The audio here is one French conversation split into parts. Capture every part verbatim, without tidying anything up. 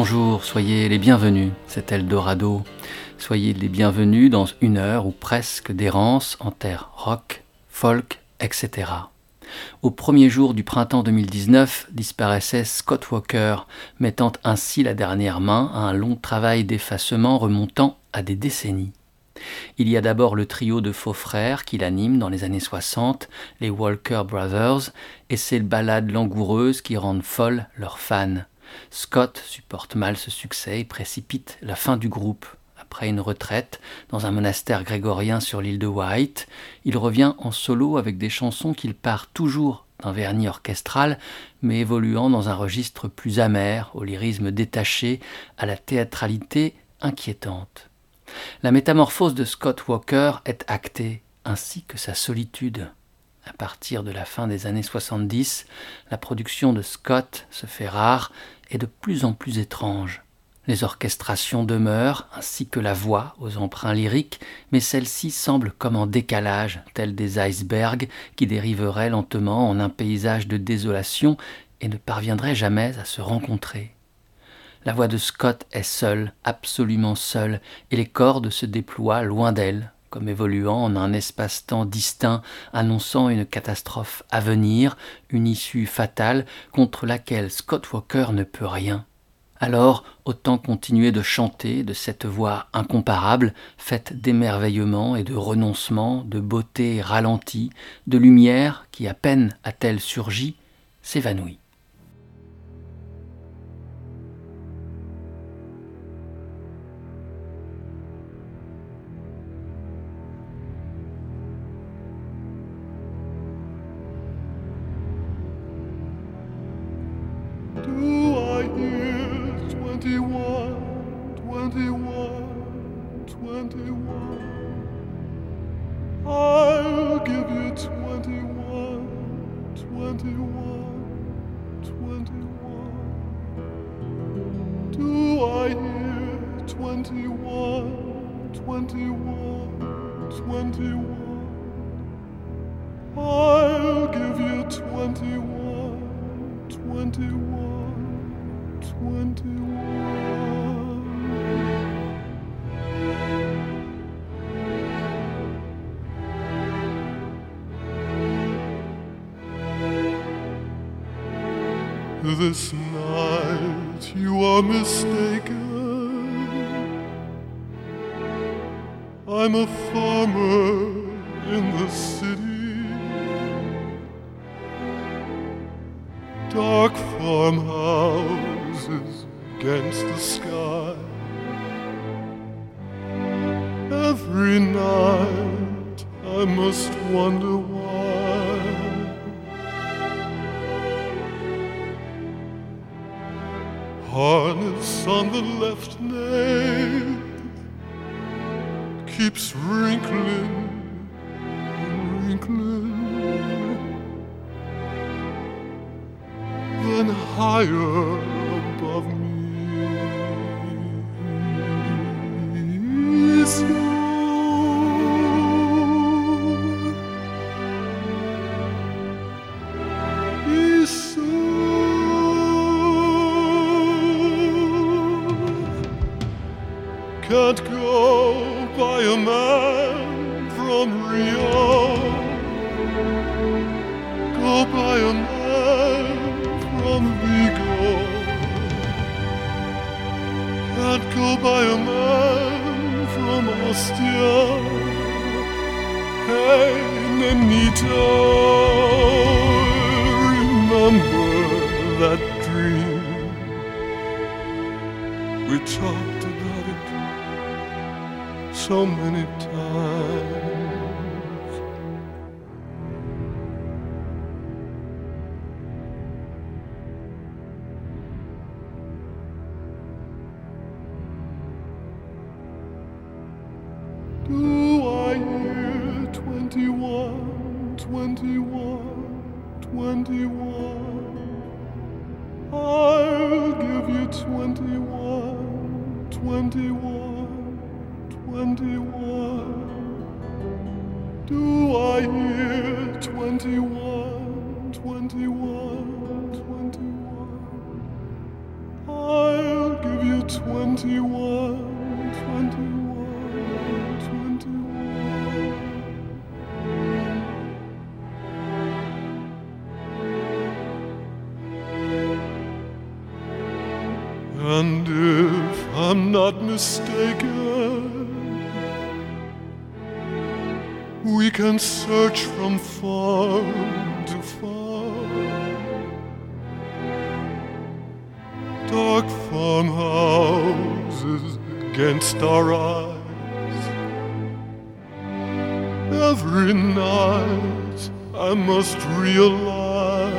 bonjour, soyez les bienvenus, c'est Eldorado. Soyez les bienvenus dans une heure ou presque d'errance en terre rock, folk, et cetera. Au premier jour du printemps deux mille dix-neuf disparaissait Scott Walker, mettant ainsi la dernière main à un long travail d'effacement remontant à des décennies. Il y a d'abord le trio de faux frères qui l'animent dans les années soixante, les Walker Brothers, et ces ballades langoureuses qui rendent folles leurs fans. Scott supporte mal ce succès et précipite la fin du groupe. Après une retraite dans un monastère grégorien sur l'île de White, il revient en solo avec des chansons qu'il part toujours d'un vernis orchestral, mais évoluant dans un registre plus amer, au lyrisme détaché, à la théâtralité inquiétante. La métamorphose de Scott Walker est actée, ainsi que sa solitude. À partir de la fin des années soixante-dix, la production de Scott se fait rare et de plus en plus étrange. Les orchestrations demeurent, ainsi que la voix aux emprunts lyriques, mais celle-ci semble comme en décalage, tels des icebergs qui dériveraient lentement en un paysage de désolation et ne parviendraient jamais à se rencontrer. La voix de Scott est seule, absolument seule, et les cordes se déploient loin d'elle, comme évoluant en un espace-temps distinct, annonçant une catastrophe à venir, une issue fatale contre laquelle Scott Walker ne peut rien. Alors, autant continuer de chanter de cette voix incomparable, faite d'émerveillement et de renoncement, de beauté ralentie, de lumière qui, à peine a-t-elle surgi, s'évanouit. This night you are mistaken. I'm a farmer in the city. Dark farmhouses against the sky. Every night I must wonder why. Harness on the left nail keeps wrinkling and wrinkling. Then higher above me is you. Is you. Can't go by a man from Rio. Go by a man from Vigo. Can't go by a man from Ostia. Hey, Nenito, remember that dream? We talked about it so many times. Do I hear twenty-one, twenty-one, twenty-one? I'll give you twenty-one, twenty-one, twenty-one. Do I hear twenty-one, twenty-one, twenty-one? I'll give And if I'm not mistaken, we can search from far to far. Dark farmhouses against our eyes. Every night I must realize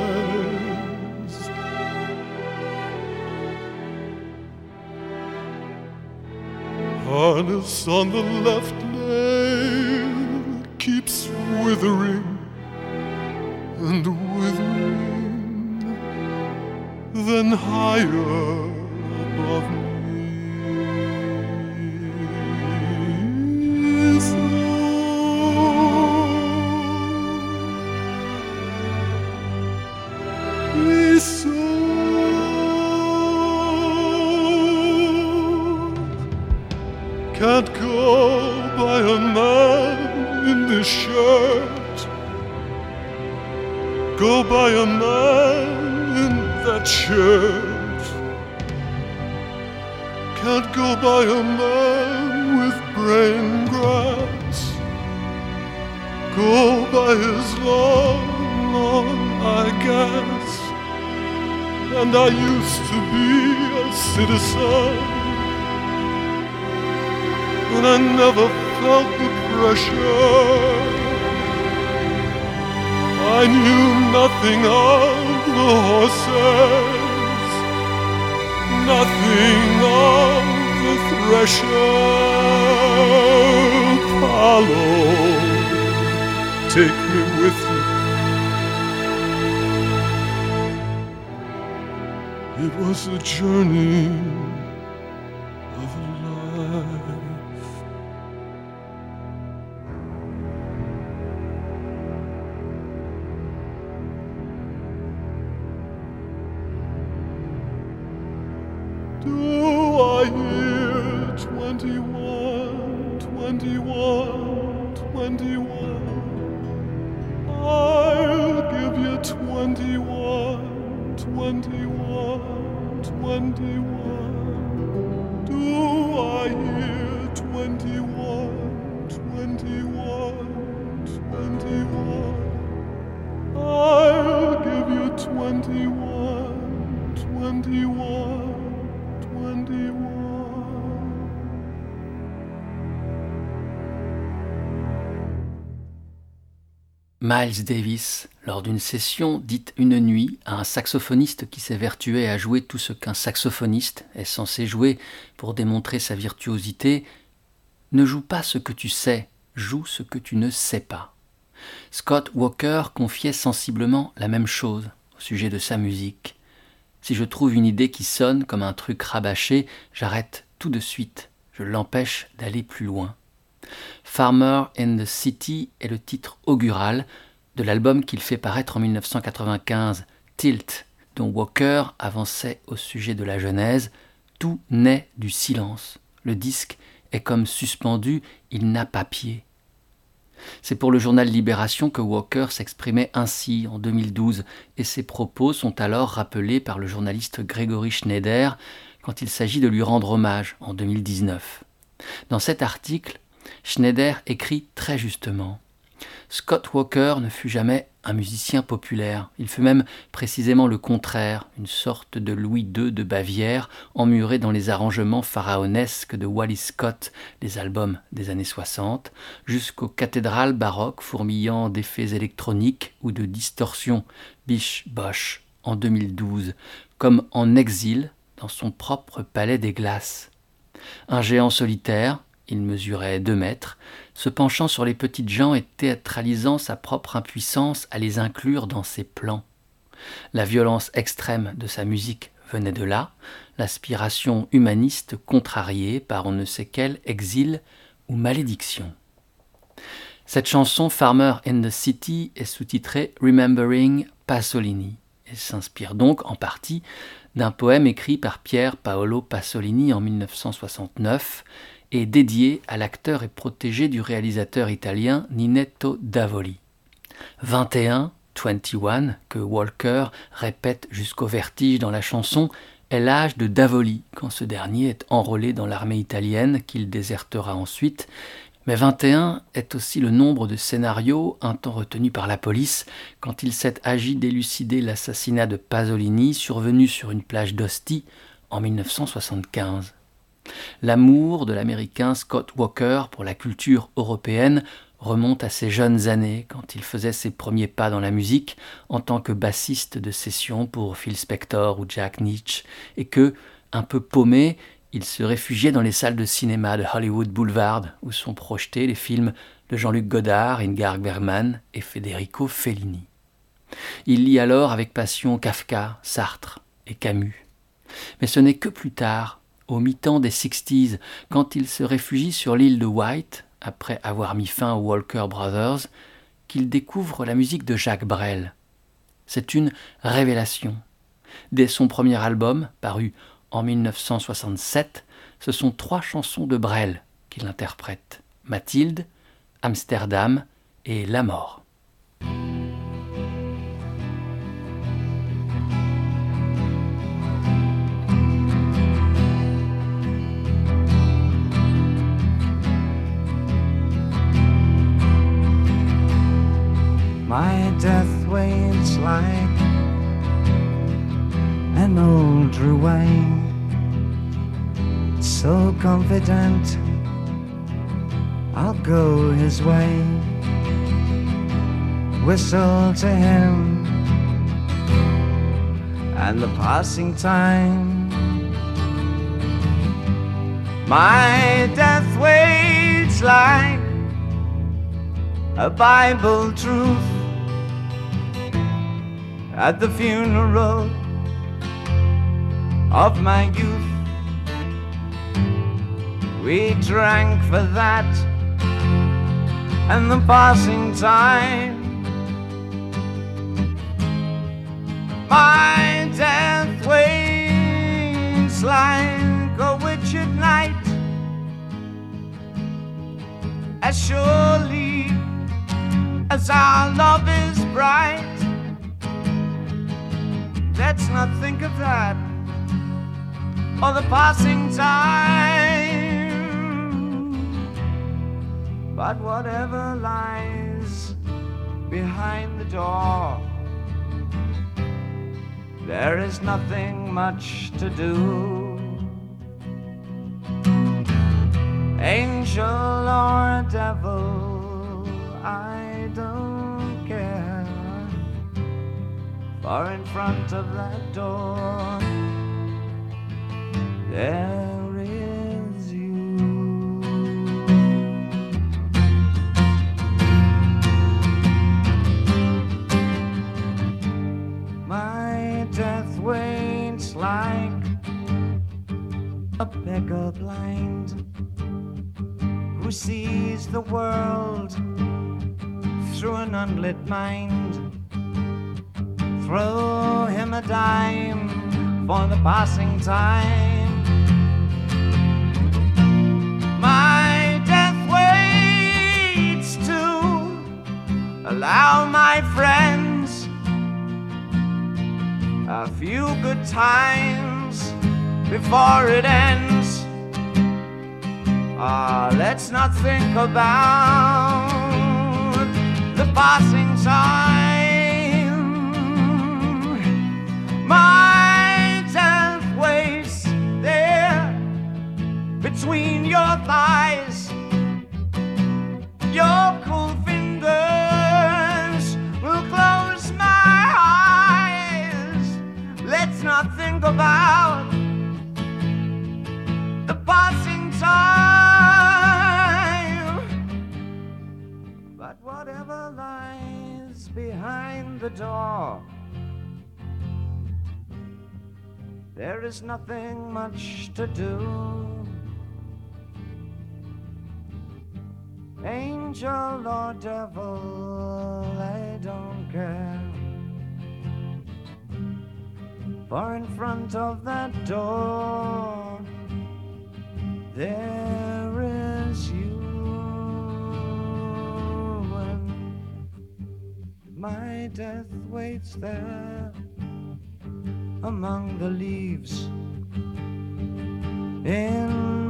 harness on the left nail keeps withering and withering, then higher above me is so, is so. Can't go by a man in this shirt, go by a man in that shirt. Can't go by a man with brain grass, go by his long, long I guess. And I used to be a citizen, and I never felt the pressure. I knew nothing of the horses, nothing of the thresher. Follow, take me with you. It was a journey of a life. Do I hear twenty-one, twenty-one, twenty-one? I'll give you twenty-one, twenty-one, twenty-one. Do I hear twenty-one, twenty-one, twenty-one? I'll give you twenty-one, twenty-one. Miles Davis, lors d'une session dite une nuit à un saxophoniste qui s'évertuait à jouer tout ce qu'un saxophoniste est censé jouer pour démontrer sa virtuosité, ne joue pas ce que tu sais, joue ce que tu ne sais pas. Scott Walker confiait sensiblement la même chose au sujet de sa musique. Si je trouve une idée qui sonne comme un truc rabâché, j'arrête tout de suite, je l'empêche d'aller plus loin. Farmer in the City est le titre augural de l'album qu'il fait paraître en dix-neuf cent quatre-vingt-quinze, Tilt, dont Walker avançait au sujet de la genèse. Tout naît du silence. Le disque est comme suspendu, il n'a pas pied. C'est pour le journal Libération que Walker s'exprimait ainsi en deux mille douze, et ses propos sont alors rappelés par le journaliste Gregory Schneider quand il s'agit de lui rendre hommage en deux mille dix-neuf. Dans cet article, Schneider écrit très justement « Scott Walker ne fut jamais un musicien populaire. Il fut même précisément le contraire, une sorte de Louis deux de Bavière, emmuré dans les arrangements pharaonesques de Wally Scott, les albums des années soixante, jusqu'aux cathédrales baroques fourmillant d'effets électroniques ou de distorsions biche-boche en deux mille douze, comme en exil dans son propre palais des glaces. Un géant solitaire, il mesurait deux mètres, se penchant sur les petites gens et théâtralisant sa propre impuissance à les inclure dans ses plans. La violence extrême de sa musique venait de là, l'aspiration humaniste contrariée par on ne sait quel exil ou malédiction. Cette chanson Farmer in the City est sous-titrée Remembering Pasolini et s'inspire donc en partie d'un poème écrit par Pier Paolo Pasolini en dix-neuf cent soixante-neuf et dédié à l'acteur et protégé du réalisateur italien Ninetto Davoli. vingt et un, vingt et un, que Walker répète jusqu'au vertige dans la chanson, est l'âge de Davoli, quand ce dernier est enrôlé dans l'armée italienne qu'il désertera ensuite. Mais vingt et un est aussi le nombre de scénarios un temps retenus par la police quand il s'est agi d'élucider l'assassinat de Pasolini survenu sur une plage d'Ostie en mille neuf cent soixante-quinze. L'amour de l'Américain Scott Walker pour la culture européenne remonte à ses jeunes années quand il faisait ses premiers pas dans la musique en tant que bassiste de session pour Phil Spector ou Jack Nitzsche et que, un peu paumé, il se réfugiait dans les salles de cinéma de Hollywood Boulevard où sont projetés les films de Jean-Luc Godard, Ingmar Bergman et Federico Fellini. Il lit alors avec passion Kafka, Sartre et Camus. Mais ce n'est que plus tard, au mi-temps des sixties, quand il se réfugie sur l'île de White, après avoir mis fin aux Walker Brothers, qu'il découvre la musique de Jacques Brel. C'est une révélation. Dès son premier album, paru en mille neuf cent soixante-sept, ce sont trois chansons de Brel qu'il interprète. Mathilde, Amsterdam et La Mort. My death waits like an old true wine, so confident I'll go his way. Whistle to him and the passing time. My death waits like a Bible truth at the funeral of my youth. We drank for that and the passing time. My death waits like a witch at night, as surely as our love is bright. Let's not think of that or the passing time, but whatever lies behind the door, there is nothing much to do. Angel or devil, I don't care, for in front of that door there is you. My death waits like a beggar blind who sees the world through an unlit mind. Throw him a dime for the passing time. My death waits to allow my friends a few good times before it ends. Ah, let's not think about the passing time. My death waits there between your thighs. Your cool fingers will close my eyes. Let's not think about the passing time, but whatever lies behind the door, there is nothing much to do. Angel or devil, I don't care, for in front of that door there is you, and my death waits there among the leaves in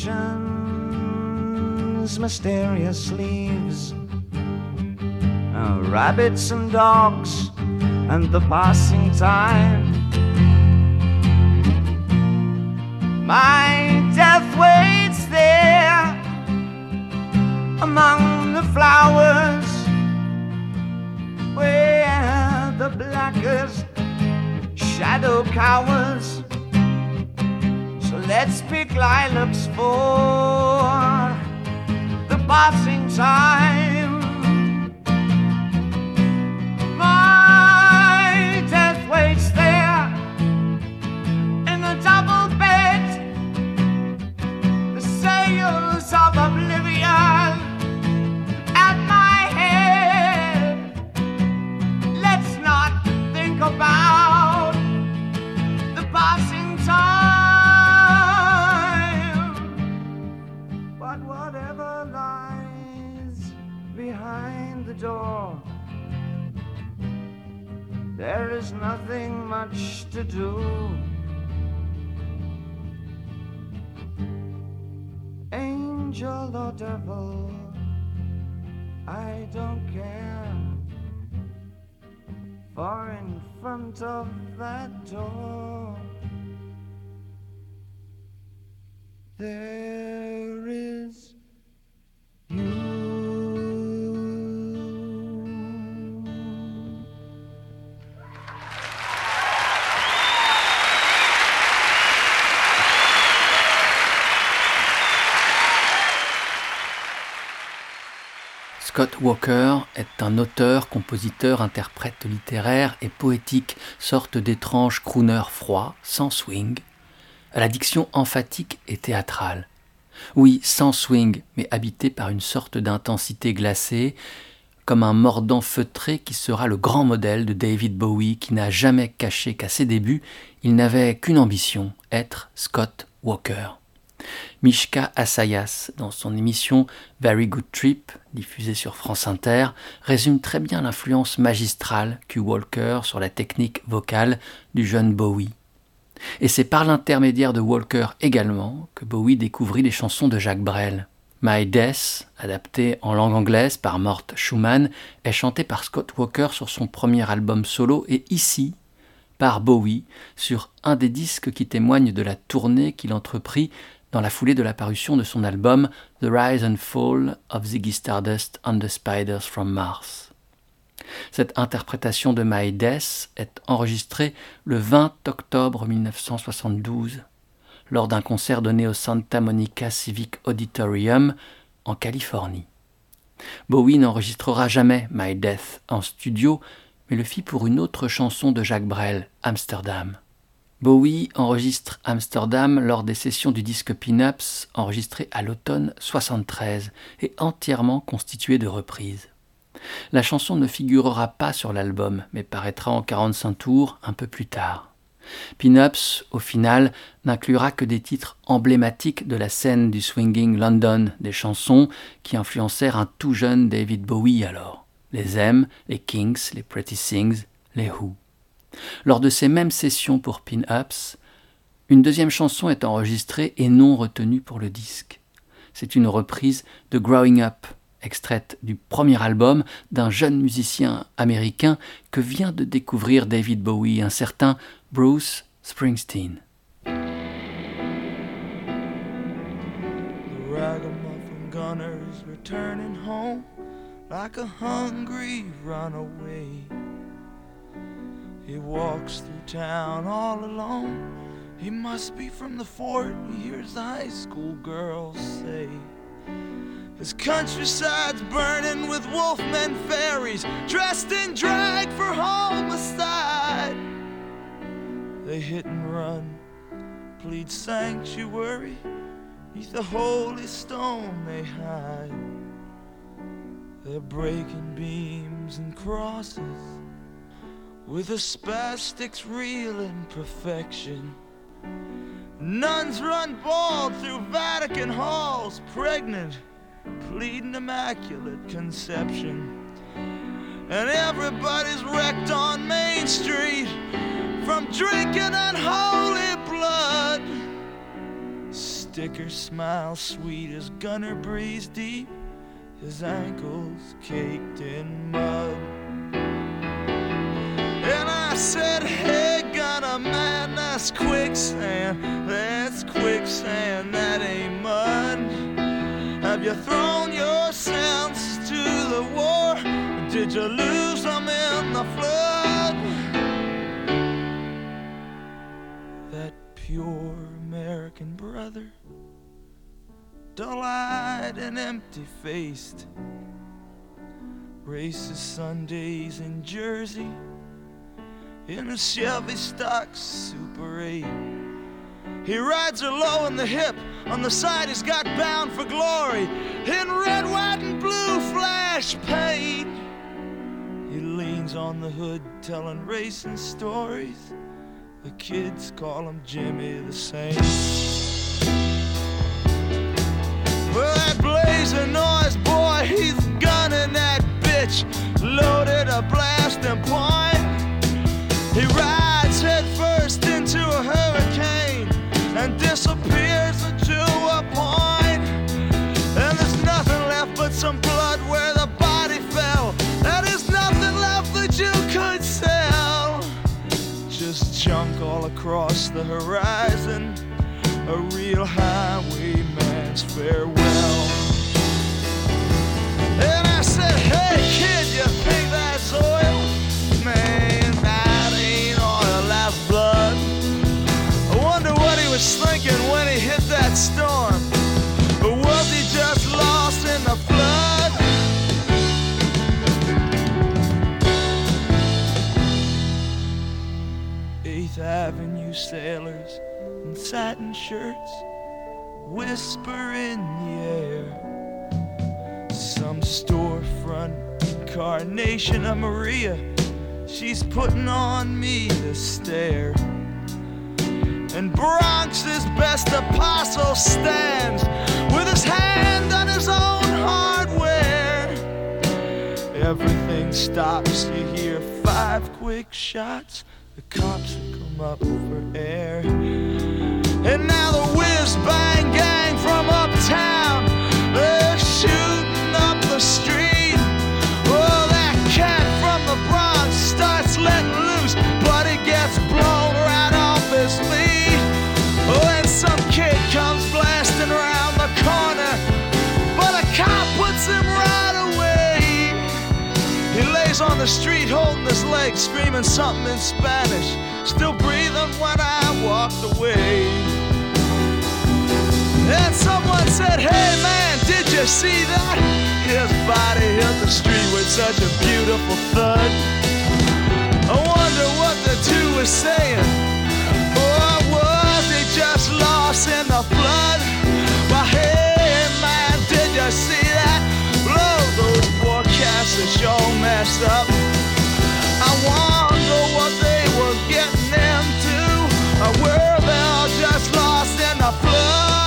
magicians' mysterious sleeves. Uh, rabbits and dogs and the passing time. My death waits there among the flowers where the blackest shadow cowers. So let's pick lilacs for the passing time. My death waits there in a double bed, the sails of oblivion at my head. Let's not think about the passing time, but whatever lies behind the door, there is nothing much to do. Angel or devil, I don't care, for in front of that door there is you. Scott Walker est un auteur, compositeur, interprète littéraire et poétique, sorte d'étrange crooner froid, sans swing, à la diction emphatique et théâtrale. Oui, sans swing, mais habité par une sorte d'intensité glacée, comme un mordant feutré qui sera le grand modèle de David Bowie, qui n'a jamais caché qu'à ses débuts, il n'avait qu'une ambition, être Scott Walker. Mishka Assayas, dans son émission Very Good Trip, diffusée sur France Inter, résume très bien l'influence magistrale qu'eut Walker sur la technique vocale du jeune Bowie. Et c'est par l'intermédiaire de Walker également que Bowie découvrit les chansons de Jacques Brel. My Death, adaptée en langue anglaise par Mort Schumann, est chantée par Scott Walker sur son premier album solo et ici, par Bowie, sur un des disques qui témoignent de la tournée qu'il entreprit dans la foulée de la parution de son album The Rise and Fall of Ziggy Stardust and the Spiders from Mars. Cette interprétation de My Death est enregistrée le vingt octobre mille neuf cent soixante-douze lors d'un concert donné au Santa Monica Civic Auditorium en Californie. Bowie n'enregistrera jamais My Death en studio, mais le fit pour une autre chanson de Jacques Brel, Amsterdam. Bowie enregistre Amsterdam lors des sessions du disque Pin-Ups, enregistré à l'automne soixante-treize et entièrement constitué de reprises. La chanson ne figurera pas sur l'album, mais paraîtra en quarante-cinq tours un peu plus tard. Pin-Ups, au final, n'inclura que des titres emblématiques de la scène du swinging London, des chansons qui influencèrent un tout jeune David Bowie alors. Les M, les Kinks, les Pretty Things, les Who. Lors de ces mêmes sessions pour Pin-Ups, une deuxième chanson est enregistrée et non retenue pour le disque. C'est une reprise de Growing Up, extraite du premier album d'un jeune musicien américain que vient de découvrir David Bowie, un certain Bruce Springsteen. The ragamuffin gunner is returning home like a hungry runaway. He walks through town all alone. He must be from the fort, he hears the high school girls say. His countryside's burning with wolfmen fairies, dressed in drag for homicide. They hit and run, plead sanctuary, neath the holy stone they hide. They're breaking beams and crosses, with a spastic's real imperfection. Nuns run bald through Vatican halls, pregnant, pleading immaculate conception. And everybody's wrecked on Main Street, from drinking unholy blood. Sticker smile sweet as Gunner breathes deep, his ankles caked in mud. And I said, hey Gunner man, that's quicksand, that's quicksand, that ain't mud. Have you thrown your senses to the war, or did you lose them in the flood? That pure American brother, dull-eyed and empty-faced, races Sundays in Jersey in a Chevy stock Super eight. He rides her low in the hip, on the side he's got Bound for Glory in red, white, and blue flash paint. He leans on the hood telling racing stories, the kids call him Jimmy the Saint. Well, that blazing noise boy, he's gunning that bitch, loaded a blasting point. He rides head first into a hurricane and disappears into a point. And there's nothing left but some blood where the body fell. And there's nothing left that you could sell. Just junk all across the horizon, a real highwayman's farewell. And I said, hey kid, you think that's oil? Man, that ain't oil, that's blood. I wonder what he was thinking when he hit that storm. Or was he just lost in the flood? Eighth Avenue sailors in satin shirts whisper in the air. Some storefront incarnation of Maria, she's putting on me to stare. And Bronx's best apostle stands with his hand on his own hardware. Everything stops, you hear five quick shots, the cops come up for air. And now the whiz-bang gang from uptown, they're shooting up the street. Oh, that cat from the Bronx starts letting loose, but he gets blown right off his feet. Oh, and some kid comes blasting around the corner, but a cop puts him right away. He lays on the street holding his leg, screaming something in Spanish, still breathing when I walked away. And someone said, hey man, did you see that? His body hit the street with such a beautiful thud. I wonder what the two were saying. Or was he just lost in the flood? Well, hey man, did you see that? Blow, those forecasts are sure messed up. I wonder what they were getting into. Or were they all just lost in the flood?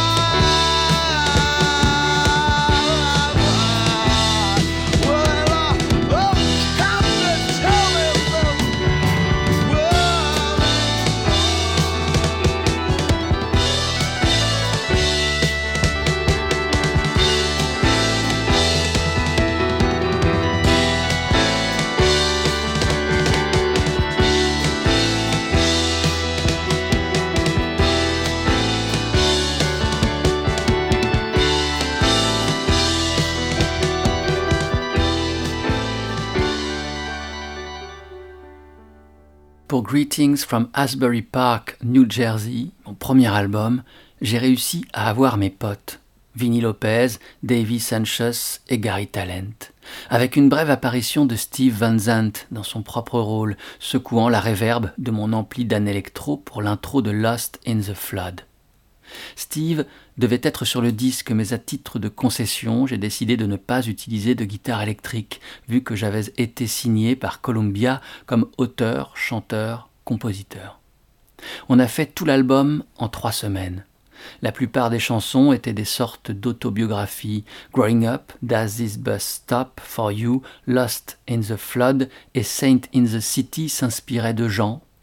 Pour Greetings from Asbury Park, New Jersey, mon premier album, j'ai réussi à avoir mes potes, Vinnie Lopez, Davy Sanchez et Gary Talent, avec une brève apparition de Steve Van Zandt dans son propre rôle, secouant la réverb de mon ampli d'Anne Electro pour l'intro de Lost in the Flood. Steve devait être sur le disque, mais à titre de concession, j'ai décidé de ne pas utiliser de guitare électrique, vu que j'avais été signé par Columbia comme auteur, chanteur, compositeur. On a fait tout l'album en trois semaines. La plupart des chansons étaient des sortes d'autobiographies. Growing Up, Does This Bus Stop For You, Lost in the Flood et Saint in the City s'inspiraient de gens,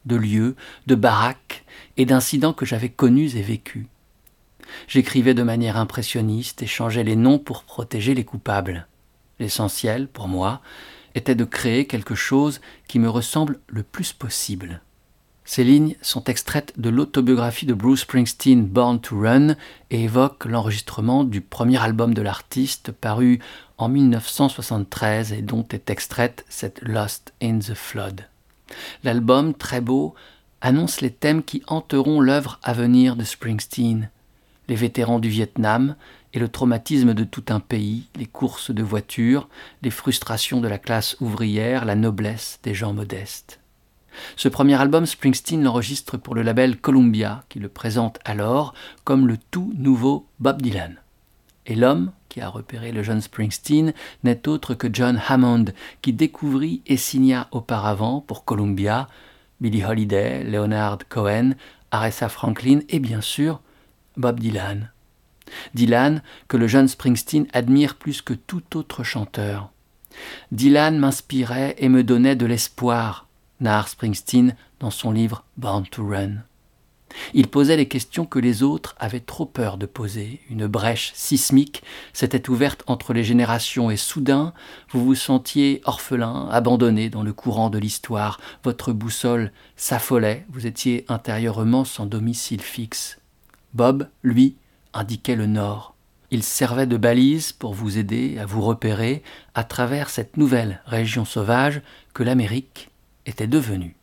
de lieux, de baraques et d'incidents que j'avais connus et vécus. J'écrivais de manière impressionniste et changeais les noms pour protéger les coupables. L'essentiel, pour moi, était de créer quelque chose qui me ressemble le plus possible. Ces lignes sont extraites de l'autobiographie de Bruce Springsteen, Born to Run, et évoquent l'enregistrement du premier album de l'artiste paru en mille neuf cent soixante-treize et dont est extraite cette Lost in the Flood. L'album, très beau, annonce les thèmes qui hanteront l'œuvre à venir de Springsteen. Les vétérans du Vietnam et le traumatisme de tout un pays, les courses de voitures, les frustrations de la classe ouvrière, la noblesse des gens modestes. Ce premier album, Springsteen l'enregistre pour le label Columbia, qui le présente alors comme le tout nouveau Bob Dylan. Et l'homme qui a repéré le jeune Springsteen n'est autre que John Hammond, qui découvrit et signa auparavant pour Columbia Billie Holiday, Leonard Cohen, Aretha Franklin et bien sûr Bob Dylan. Dylan que le jeune Springsteen admire plus que tout autre chanteur. Dylan m'inspirait et me donnait de l'espoir, narre Springsteen dans son livre Born to Run. Il posait les questions que les autres avaient trop peur de poser. Une brèche sismique s'était ouverte entre les générations et soudain, vous vous sentiez orphelin, abandonné dans le courant de l'histoire. Votre boussole s'affolait, vous étiez intérieurement sans domicile fixe. Bob, lui, indiquait le nord. Il servait de balise pour vous aider à vous repérer à travers cette nouvelle région sauvage que l'Amérique était devenue.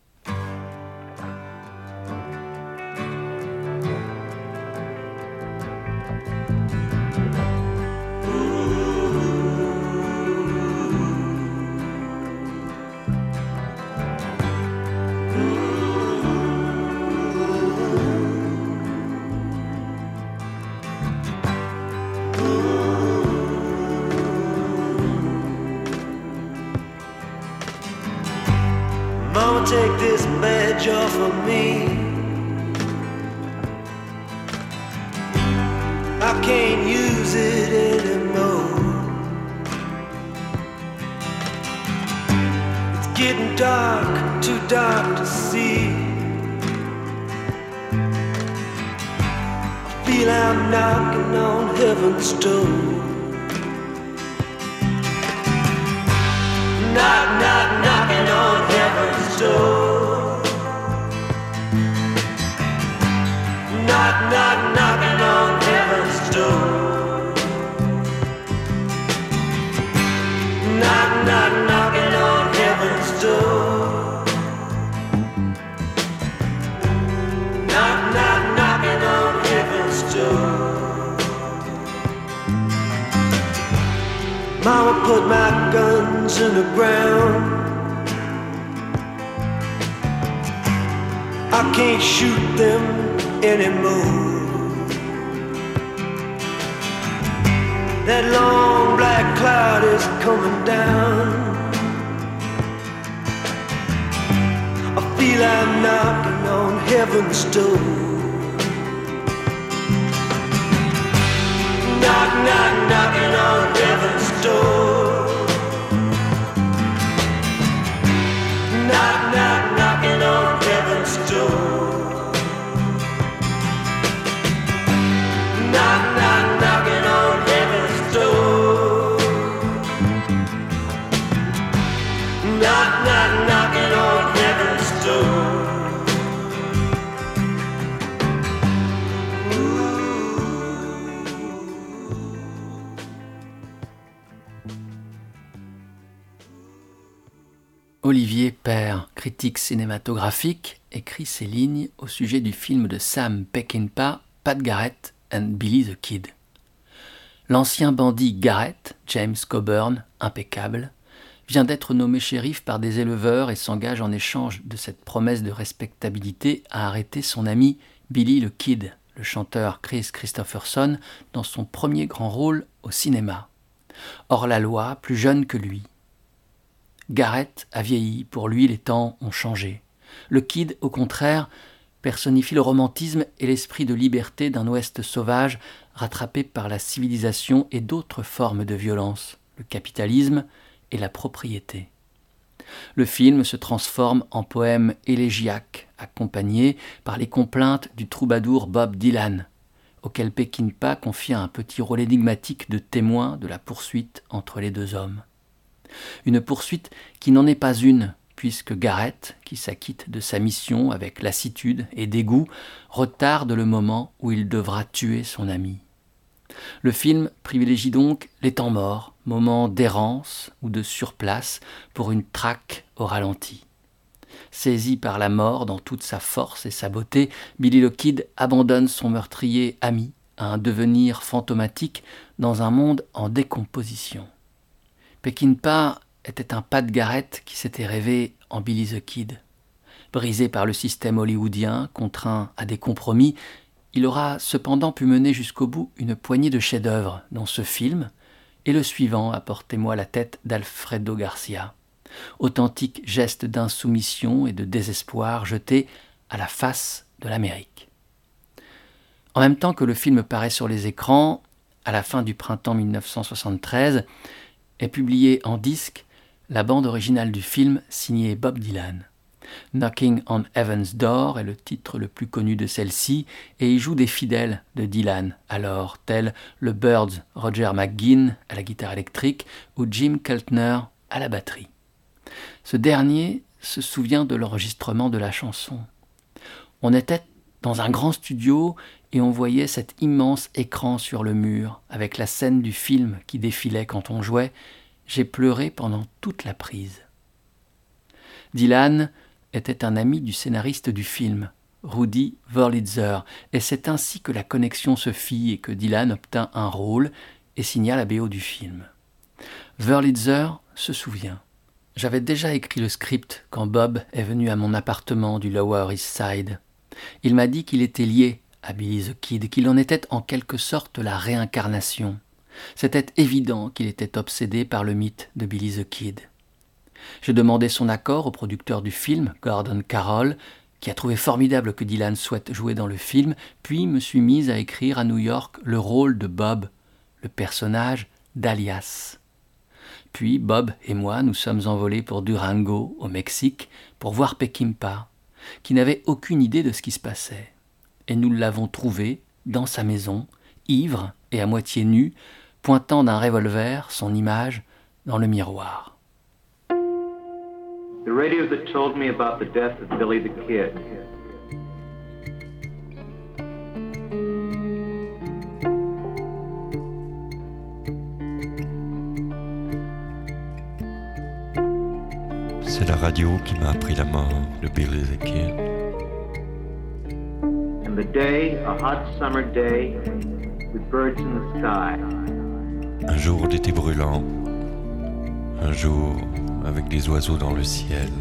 Mama, take this badge off of me. I can't use it anymore. It's getting dark, too dark to see. I feel I'm knocking on heaven's door. Knock, knock, knocking on heaven's door. Knock, knock, knocking on heaven's door. Knock, knock, knocking on heaven's door. Knock, knock, knocking on heaven's door. Mama put my guns in the ground. I can't shoot them anymore. That long black cloud is coming down. I feel I'm knocking on heaven's door. Knock, knock, knocking on heaven's door. Knock, knock, knocking on heaven's door. Knock, knock, knocking on heaven's door. Knock, knock, knocking on heaven's door. Olivier Père, critique cinématographique, écrit ces lignes au sujet du film de Sam Peckinpah, Pat Garrett and Billy the Kid. L'ancien bandit Garrett, James Coburn, impeccable, vient d'être nommé shérif par des éleveurs et s'engage en échange de cette promesse de respectabilité à arrêter son ami Billy the Kid, le chanteur Chris Christopherson, dans son premier grand rôle au cinéma. Hors la loi, plus jeune que lui. Garrett a vieilli, pour lui les temps ont changé. Le Kid, au contraire, personnifie le romantisme et l'esprit de liberté d'un Ouest sauvage rattrapé par la civilisation et d'autres formes de violence, le capitalisme et la propriété. Le film se transforme en poème élégiaque accompagné par les complaintes du troubadour Bob Dylan, auquel Peckinpah confia un petit rôle énigmatique de témoin de la poursuite entre les deux hommes. Une poursuite qui n'en est pas une, puisque Garrett, qui s'acquitte de sa mission avec lassitude et dégoût, retarde le moment où il devra tuer son ami. Le film privilégie donc les temps morts, moments d'errance ou de surplace pour une traque au ralenti. Saisi par la mort dans toute sa force et sa beauté, Billy the Kid abandonne son meurtrier ami à un devenir fantomatique dans un monde en décomposition. Peckinpah était un Pat Garrett qui s'était rêvé en Billy the Kid. Brisé par le système hollywoodien, contraint à des compromis, il aura cependant pu mener jusqu'au bout une poignée de chefs-d'œuvre, dont ce film et le suivant, Apportez-moi la tête d'Alfredo Garcia. Authentique geste d'insoumission et de désespoir jeté à la face de l'Amérique. En même temps que le film paraît sur les écrans, à la fin du printemps dix-neuf cent soixante-treize, est publiée en disque la bande originale du film signée Bob Dylan. Knocking on Heaven's Door est le titre le plus connu de celle-ci et y joue des fidèles de Dylan, alors tels le Byrds Roger McGuinn à la guitare électrique ou Jim Keltner à la batterie. Ce dernier se souvient de l'enregistrement de la chanson. On était dans un grand studio et on voyait cet immense écran sur le mur avec la scène du film qui défilait quand on jouait. J'ai pleuré pendant toute la prise. Dylan était un ami du scénariste du film, Rudy Wurlitzer, et c'est ainsi que la connexion se fit et que Dylan obtint un rôle et signa la B O du film. Wurlitzer se souvient. J'avais déjà écrit le script quand Bob est venu à mon appartement du Lower East Side. Il m'a dit qu'il était lié à Billy the Kid, qu'il en était en quelque sorte la réincarnation. C'était évident qu'il était obsédé par le mythe de Billy the Kid. J'ai demandé son accord au producteur du film, Gordon Carroll, qui a trouvé formidable que Dylan souhaite jouer dans le film, puis me suis mise à écrire à New York le rôle de Bob, le personnage d'Alias. Puis Bob et moi nous sommes envolés pour Durango, au Mexique, pour voir Peckinpah, qui n'avait aucune idée de ce qui se passait. Et nous l'avons trouvé dans sa maison, ivre et à moitié nu, pointant d'un revolver son image dans le miroir. The radio that told me about the death of Billy the Kid. C'est la radio qui m'a appris la mort de Billy the Kid. And the day, a hot summer day, with birds in the sky. Un jour d'été brûlant, un jour avec des oiseaux dans le ciel.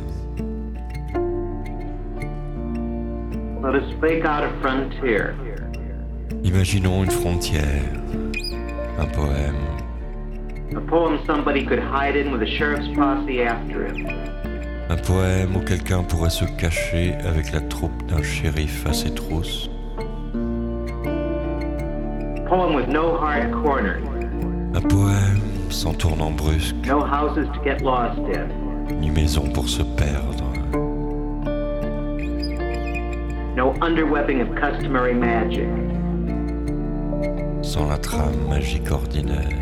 Let us fake out a frontier. Imaginons une frontière, un poème. A poem somebody could hide in with a sheriff's posse after him. Un poème où quelqu'un pourrait se cacher avec la troupe d'un shérif à ses trousses. A poem with no hard corners. Un poème sans tournant brusque, No houses to get lost in. ni maison pour se perdre. No underwebbing of customary magic. Sans la trame magique ordinaire.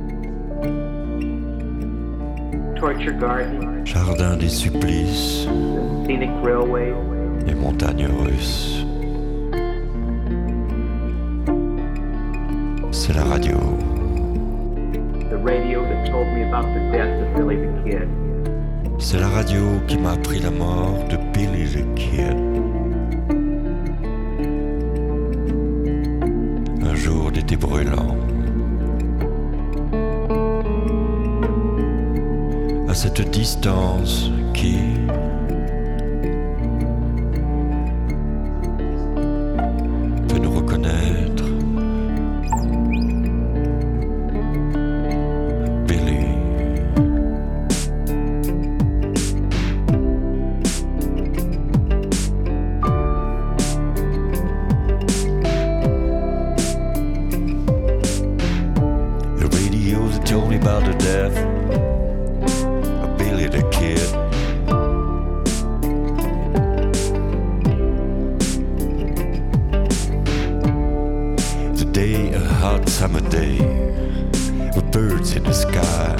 Torture garden. Jardin des supplices, Scenic railway. les montagnes russes. C'est la radio. The radio that told me about the death of Billy the Kid. C'est la radio qui m'a appris la mort de Billy the Kid. Un jour d'été brûlant. À cette distance qui peut nous reconnaître. Billy. The radio that told me about the death of Billy the Kid. hot summer day with birds in the sky.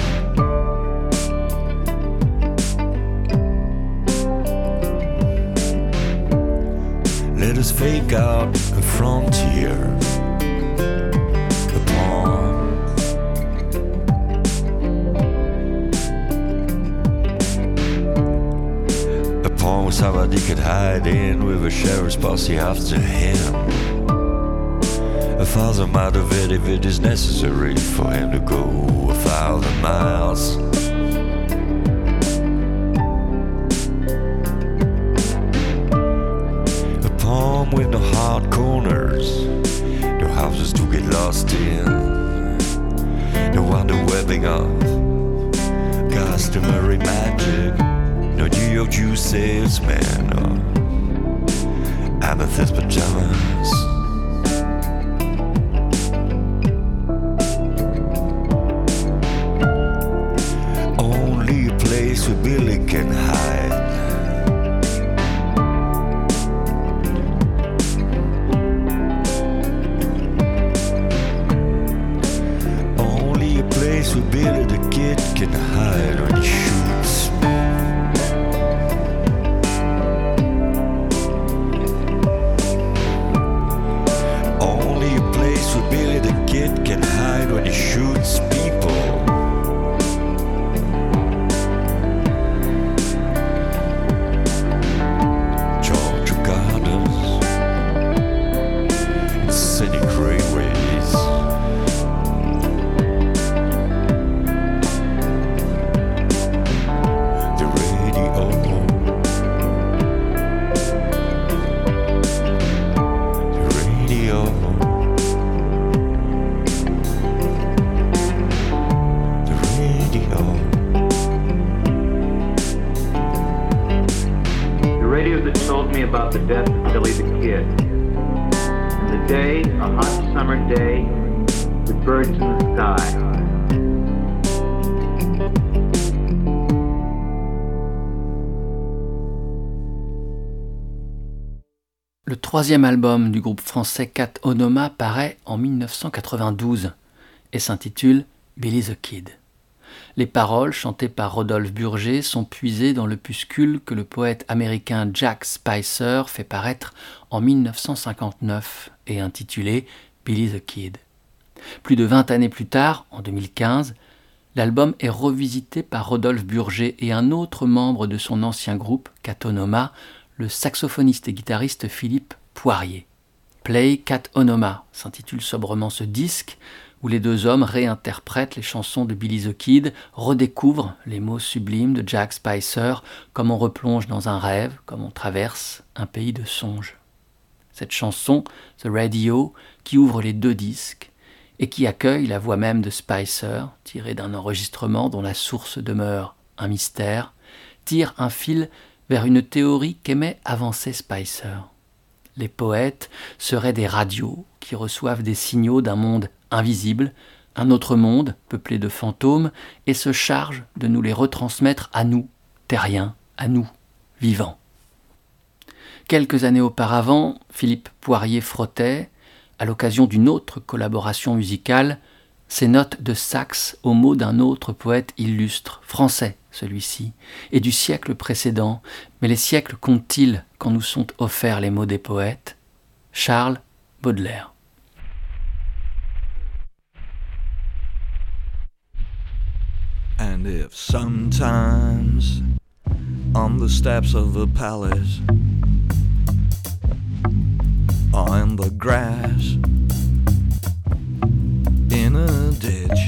Let us fake out a frontier, a palm. A palm somebody could hide in with a sheriff's posse after him. A father might have it if it is necessary for him to go a thousand miles. With no hard corners, no houses to get lost in, no wonder webbing of customary magic, no New York Jew salesman or amethyst pajamas. Only a place where Billy can hide. Where Billy the Kid can hide when he shoots. Only a place where Billy the Kid can hide when he shoots people. Georgia Gardens and scenic railways. About the death of Billy the Kid. And the day, a hot summer day, with birds in the sky. Le troisième album du groupe français Cat Onoma paraît en dix-neuf cent quatre-vingt-douze et s'intitule Billy the Kid. Les paroles, chantées par Rodolphe Burger, sont puisées dans l'opuscule que le poète américain Jack Spicer fait paraître en dix-neuf cent cinquante-neuf et intitulé Billy the Kid. Plus de vingt années plus tard, en deux mille quinze, l'album est revisité par Rodolphe Burger et un autre membre de son ancien groupe, Cat Onoma, le saxophoniste et guitariste Philippe Poirier. Play Cat Onoma s'intitule sobrement ce disque, où les deux hommes réinterprètent les chansons de Billy the Kid, redécouvrent les mots sublimes de Jack Spicer, comme on replonge dans un rêve, comme on traverse un pays de songes. Cette chanson, The Radio, qui ouvre les deux disques, et qui accueille la voix même de Spicer, tirée d'un enregistrement dont la source demeure un mystère, tire un fil vers une théorie qu'aimait avancer Spicer. Les poètes seraient des radios qui reçoivent des signaux d'un monde invisible, un autre monde peuplé de fantômes, et se chargent de nous les retransmettre à nous, terriens, à nous, vivants. Quelques années auparavant, Philippe Poirier frottait, à l'occasion d'une autre collaboration musicale, ses notes de sax aux mots d'un autre poète illustre, français celui-ci, et du siècle précédent, mais les siècles comptent-ils quand nous sont offerts les mots des poètes ? Charles Baudelaire. And if sometimes on the steps of the palace or in the grass in a ditch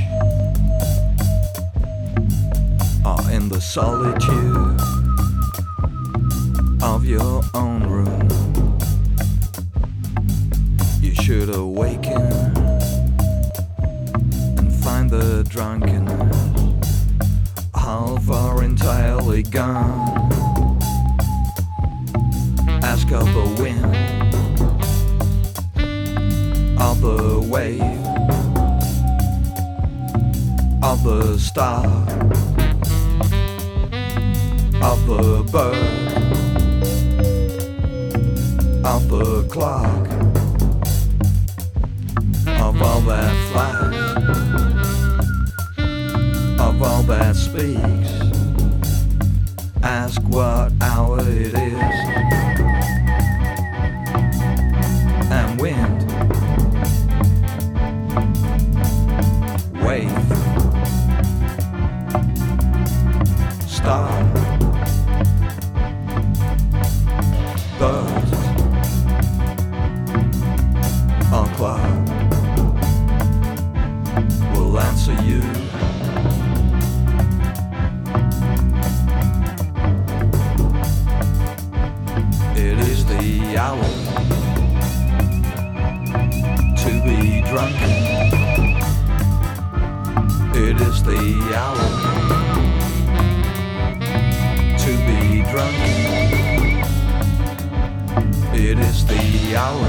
or in the solitude of your own room, you should awaken and find the drunkenness half or entirely gone. Ask of the wind, of the wave, of the star, of the bird, of the clock, of all that speaks. Ask what hour it is. And wind, wave, star, bird, encore will answer you. It is the hour to be drunken. It is the hour to be drunken. It is the hour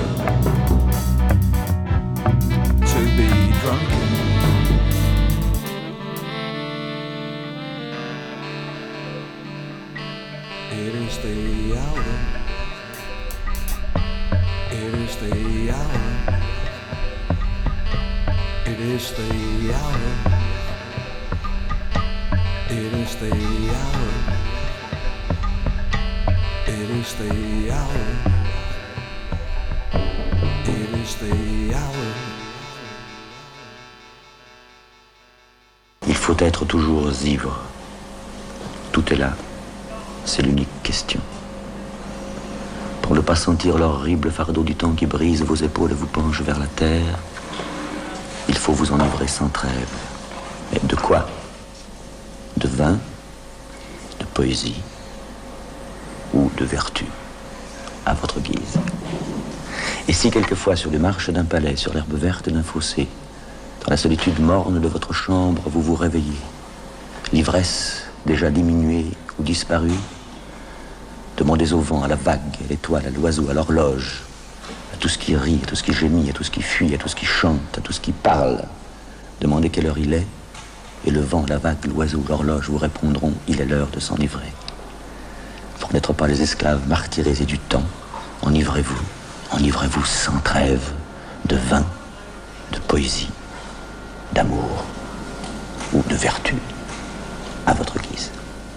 to be drunken. It is the hour. It is the hour. It is the hour. It is the hour. It is the hour. It is the hour. Il faut être toujours ivre. Tout est là. C'est l'unique question. Pour ne pas sentir l'horrible fardeau du temps qui brise vos épaules et vous penche vers la terre, il faut vous enivrer sans trêve. Mais de quoi? De vin, de poésie ou de vertu, à votre guise. Et si quelquefois sur les marches d'un palais, sur l'herbe verte d'un fossé, dans la solitude morne de votre chambre, vous vous réveillez, l'ivresse déjà diminuée ou disparue, demandez au vent, à la vague, à l'étoile, à l'oiseau, à l'horloge, à tout ce qui rit, à tout ce qui gémit, à tout ce qui fuit, à tout ce qui chante, à tout ce qui parle. Demandez quelle heure il est, et le vent, la vague, l'oiseau, l'horloge vous répondront, il est l'heure de s'enivrer. Pour n'être pas les esclaves martyrisés du temps, enivrez-vous, enivrez-vous sans trêve de vin, de poésie, d'amour ou de vertu, à votre guise.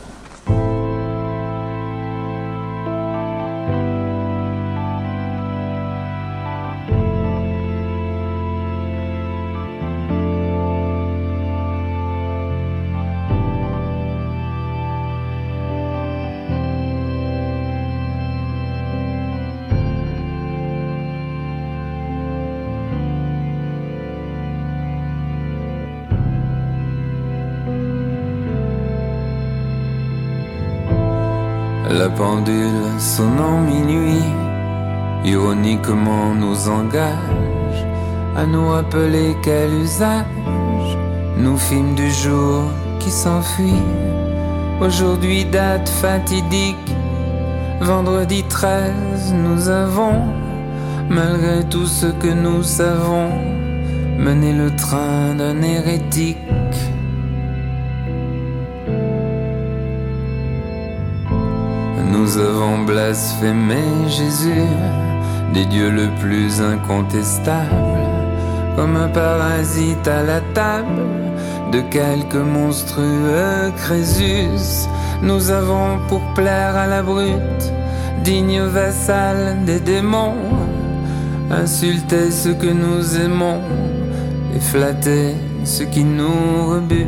La pendule sonnant minuit, ironiquement nous engage à nous rappeler quel usage nous fîmes du jour qui s'enfuit. Aujourd'hui date fatidique, vendredi treize, nous avons, malgré tout ce que nous savons, mené le train d'un hérétique. Nous avons blasphémé Jésus, des dieux le plus incontestable, comme un parasite à la table de quelques monstrueux Crésus. Nous avons pour plaire à la brute, digne vassal des démons, insulté ceux que nous aimons et flatté ceux qui nous rebutent.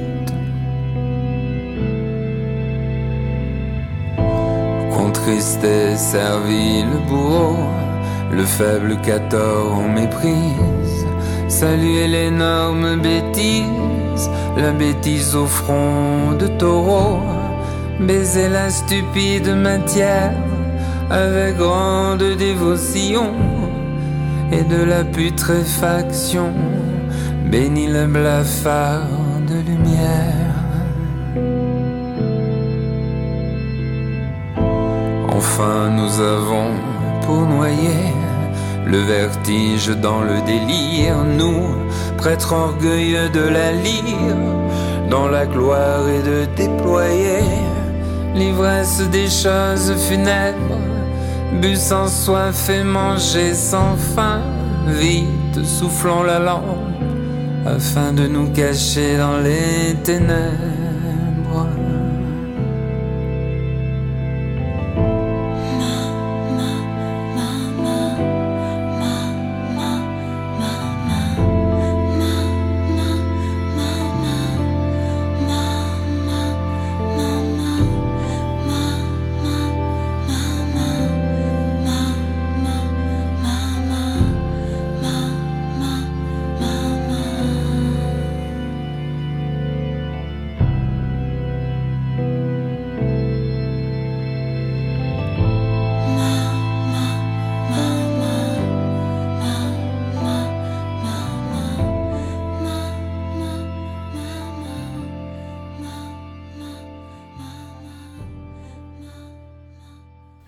Christ est servi le bourreau, le faible qu'à tort on méprise, saluer l'énorme bêtise, la bêtise au front de taureau, baiser la stupide matière avec grande dévotion, et de la putréfaction bénit le blafard de lumière. Enfin nous avons pour noyer le vertige dans le délire, nous, prêtres orgueilleux de la lyre, dans la gloire et de déployer l'ivresse des choses funèbres, bu sans soif et mangé sans faim, vite soufflons la lampe afin de nous cacher dans les ténèbres.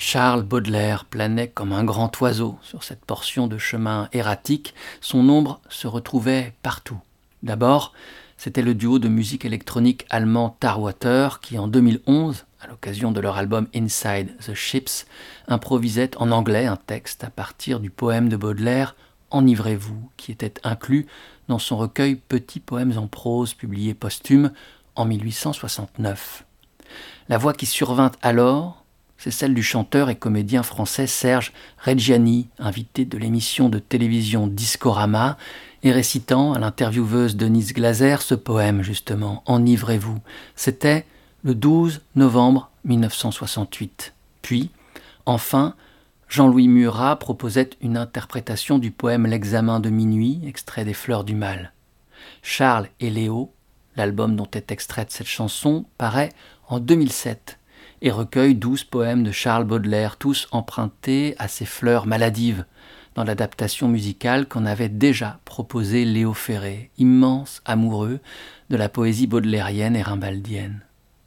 Charles Baudelaire planait comme un grand oiseau sur cette portion de chemin erratique. Son ombre se retrouvait partout. D'abord, c'était le duo de musique électronique allemand Tarwater qui, en deux mille onze, à l'occasion de leur album Inside the Ships, improvisait en anglais un texte à partir du poème de Baudelaire « Enivrez-vous » qui était inclus dans son recueil Petits poèmes en prose publié posthume en mille huit cent soixante-neuf. La voix qui survint alors, c'est celle du chanteur et comédien français Serge Reggiani, invité de l'émission de télévision Discorama, et récitant à l'intervieweuse Denise Glaser ce poème justement, « Enivrez-vous ». C'était le douze novembre mille neuf cent soixante-huit. Puis, enfin, Jean-Louis Murat proposait une interprétation du poème L'examen de minuit, extrait des Fleurs du Mal. Charles et Léo, l'album dont est extraite cette chanson, paraît en deux mille sept et recueille douze poèmes de Charles Baudelaire, tous empruntés à ces fleurs maladives, dans l'adaptation musicale qu'en avait déjà proposée Léo Ferré, immense amoureux de la poésie baudelairienne et rimbaldienne.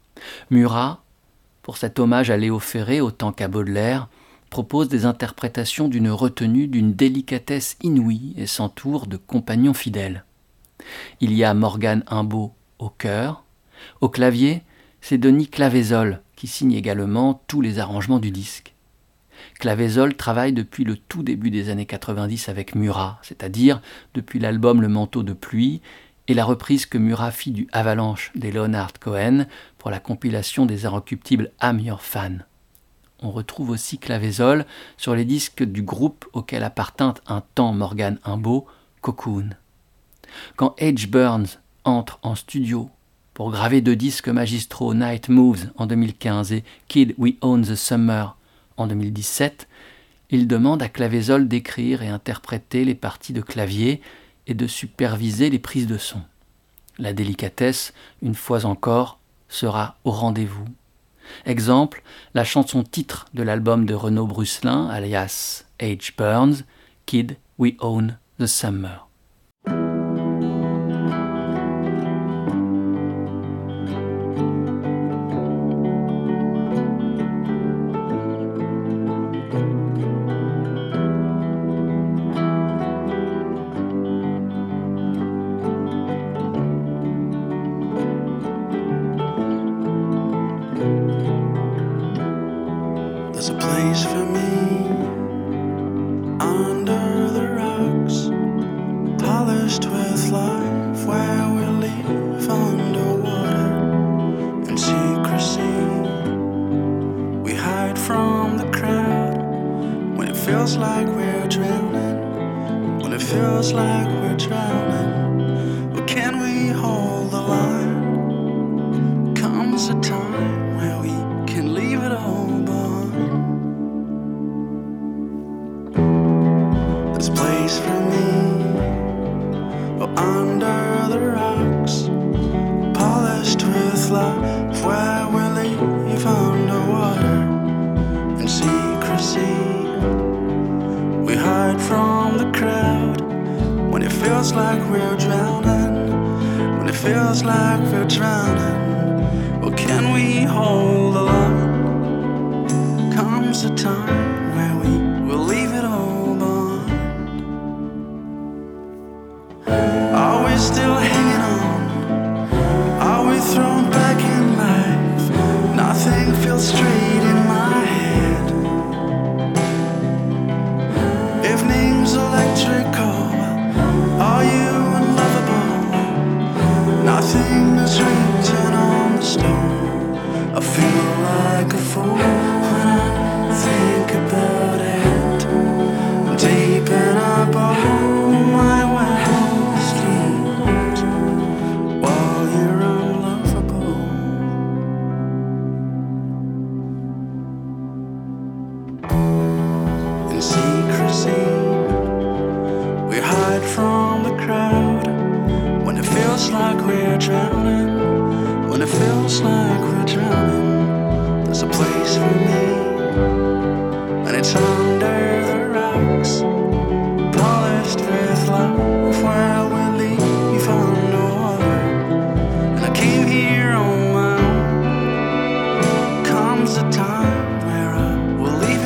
Murat, pour cet hommage à Léo Ferré autant qu'à Baudelaire, propose des interprétations d'une retenue, d'une délicatesse inouïe et s'entoure de compagnons fidèles. Il y a Morgane Imbaud au chœur. Au clavier, c'est Denis Clavésol qui signe également tous les arrangements du disque. Clavésol travaille depuis le tout début des années quatre-vingt-dix avec Murat, c'est-à-dire depuis l'album Le Manteau de pluie et la reprise que Murat fit du Avalanche des Leonard Cohen pour la compilation des Inrecuptibles I'm Your Fan. On retrouve aussi Clavésol sur les disques du groupe auquel appartint un temps Morgane Imbaud, Cocoon. Quand H. Burns entre en studio pour graver deux disques magistraux, Night Moves en deux mille quinze et Kid We Own the Summer en deux mille dix-sept, il demande à Clavésol d'écrire et interpréter les parties de clavier et de superviser les prises de son. La délicatesse, une fois encore, sera au rendez-vous. Exemple, la chanson titre de l'album de Renaud Brusselin, alias H. Burns, Kid We Own the Summer. Comes a time where I will leave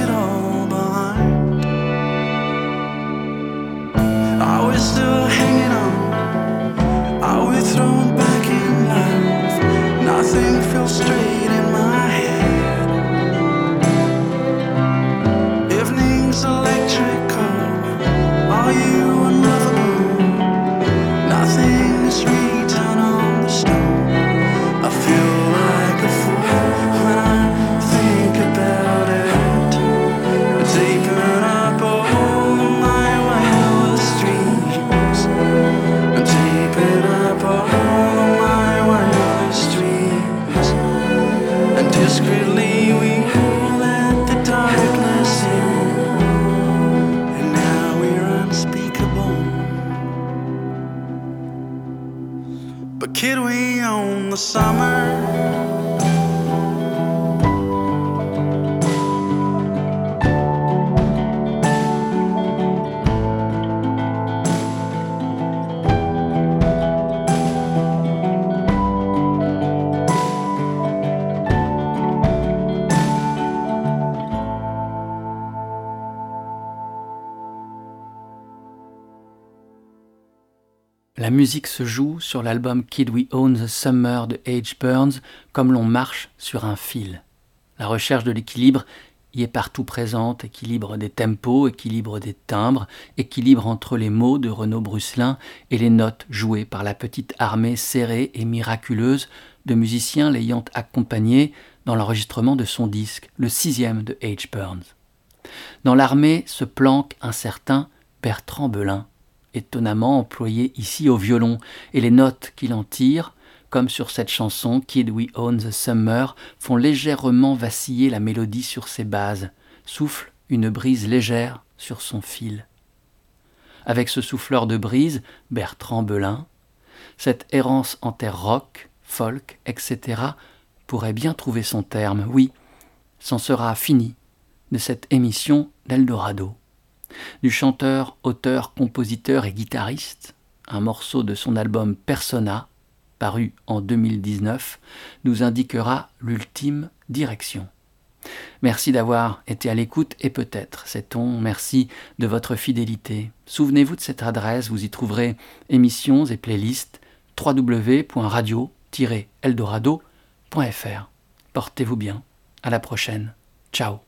La musique se joue sur l'album Kid We Own the Summer de H. Burns comme l'on marche sur un fil. La recherche de l'équilibre y est partout présente, équilibre des tempos, équilibre des timbres, équilibre entre les mots de Renaud Brusselin et les notes jouées par la petite armée serrée et miraculeuse de musiciens l'ayant accompagné dans l'enregistrement de son disque, le sixième de H. Burns. Dans l'armée se planque un certain Bertrand Belin, étonnamment employé ici au violon, et les notes qu'il en tire, comme sur cette chanson Kid We Own the Summer, font légèrement vaciller la mélodie sur ses bases, souffle une brise légère sur son fil. Avec ce souffleur de brise, Bertrand Belin, cette errance en terre rock, folk, et cetera pourrait bien trouver son terme. Oui, c'en sera fini de cette émission d'Eldorado. Du chanteur, auteur, compositeur et guitariste, un morceau de son album Persona, paru en deux mille dix-neuf, nous indiquera l'ultime direction. Merci d'avoir été à l'écoute et peut-être, sait-on, merci de votre fidélité. Souvenez-vous de cette adresse, vous y trouverez émissions et playlists w w w point radio tiret eldorado point f r. Portez-vous bien, à la prochaine, ciao.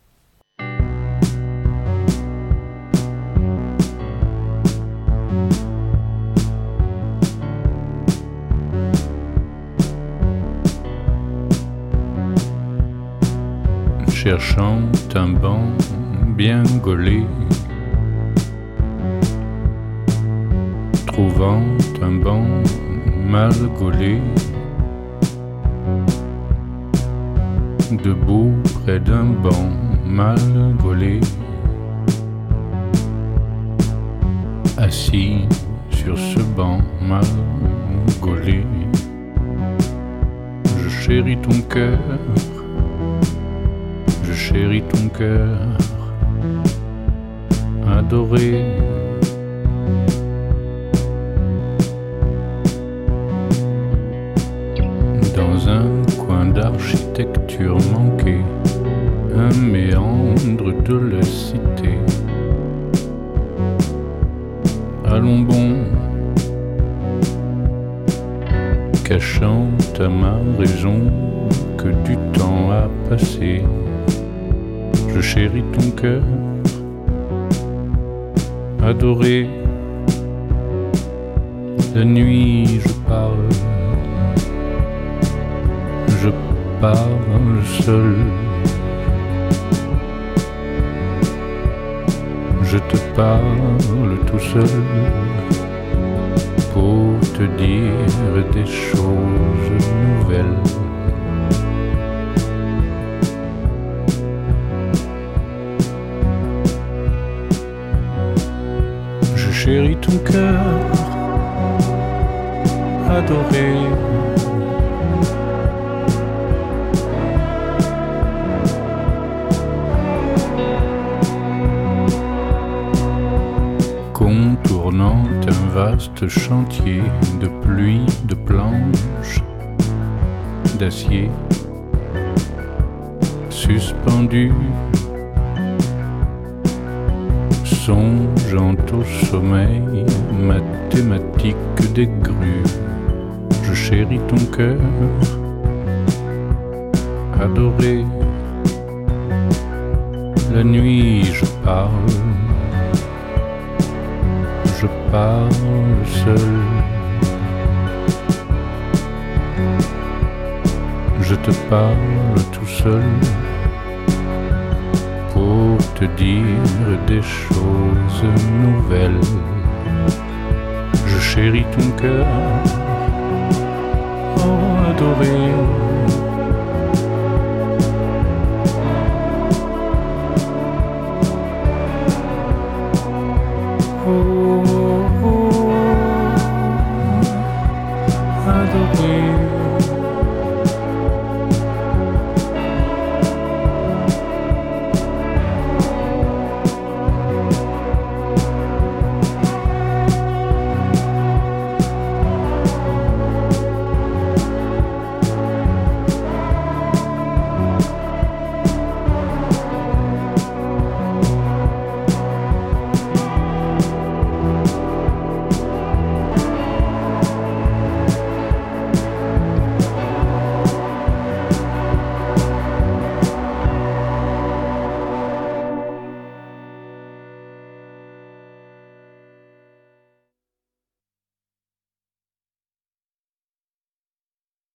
Cherchant un banc bien gaulé, trouvant un banc mal gaulé, debout près d'un banc mal gaulé, assis sur ce banc mal gaulé, je chéris ton cœur. Je chéris ton cœur adoré. Dans un coin d'architecture manquée, un méandre de la cité. Allons bon, cachant à ma raison que du temps a passé. Je chéris ton cœur adoré. La nuit je parle, je parle seul. Je te parle tout seul pour te dire des choses nouvelles. Je chéris ton cœur adoré. Contournant un vaste chantier de pluie, de planches, d'acier, suspendu, songeant au sommeil mathématique des grues. Je chéris ton cœur adoré. La nuit je parle, je parle seul. Je te parle tout seul pour te dire des choses nouvelles. Je chéris ton cœur, oh adoré.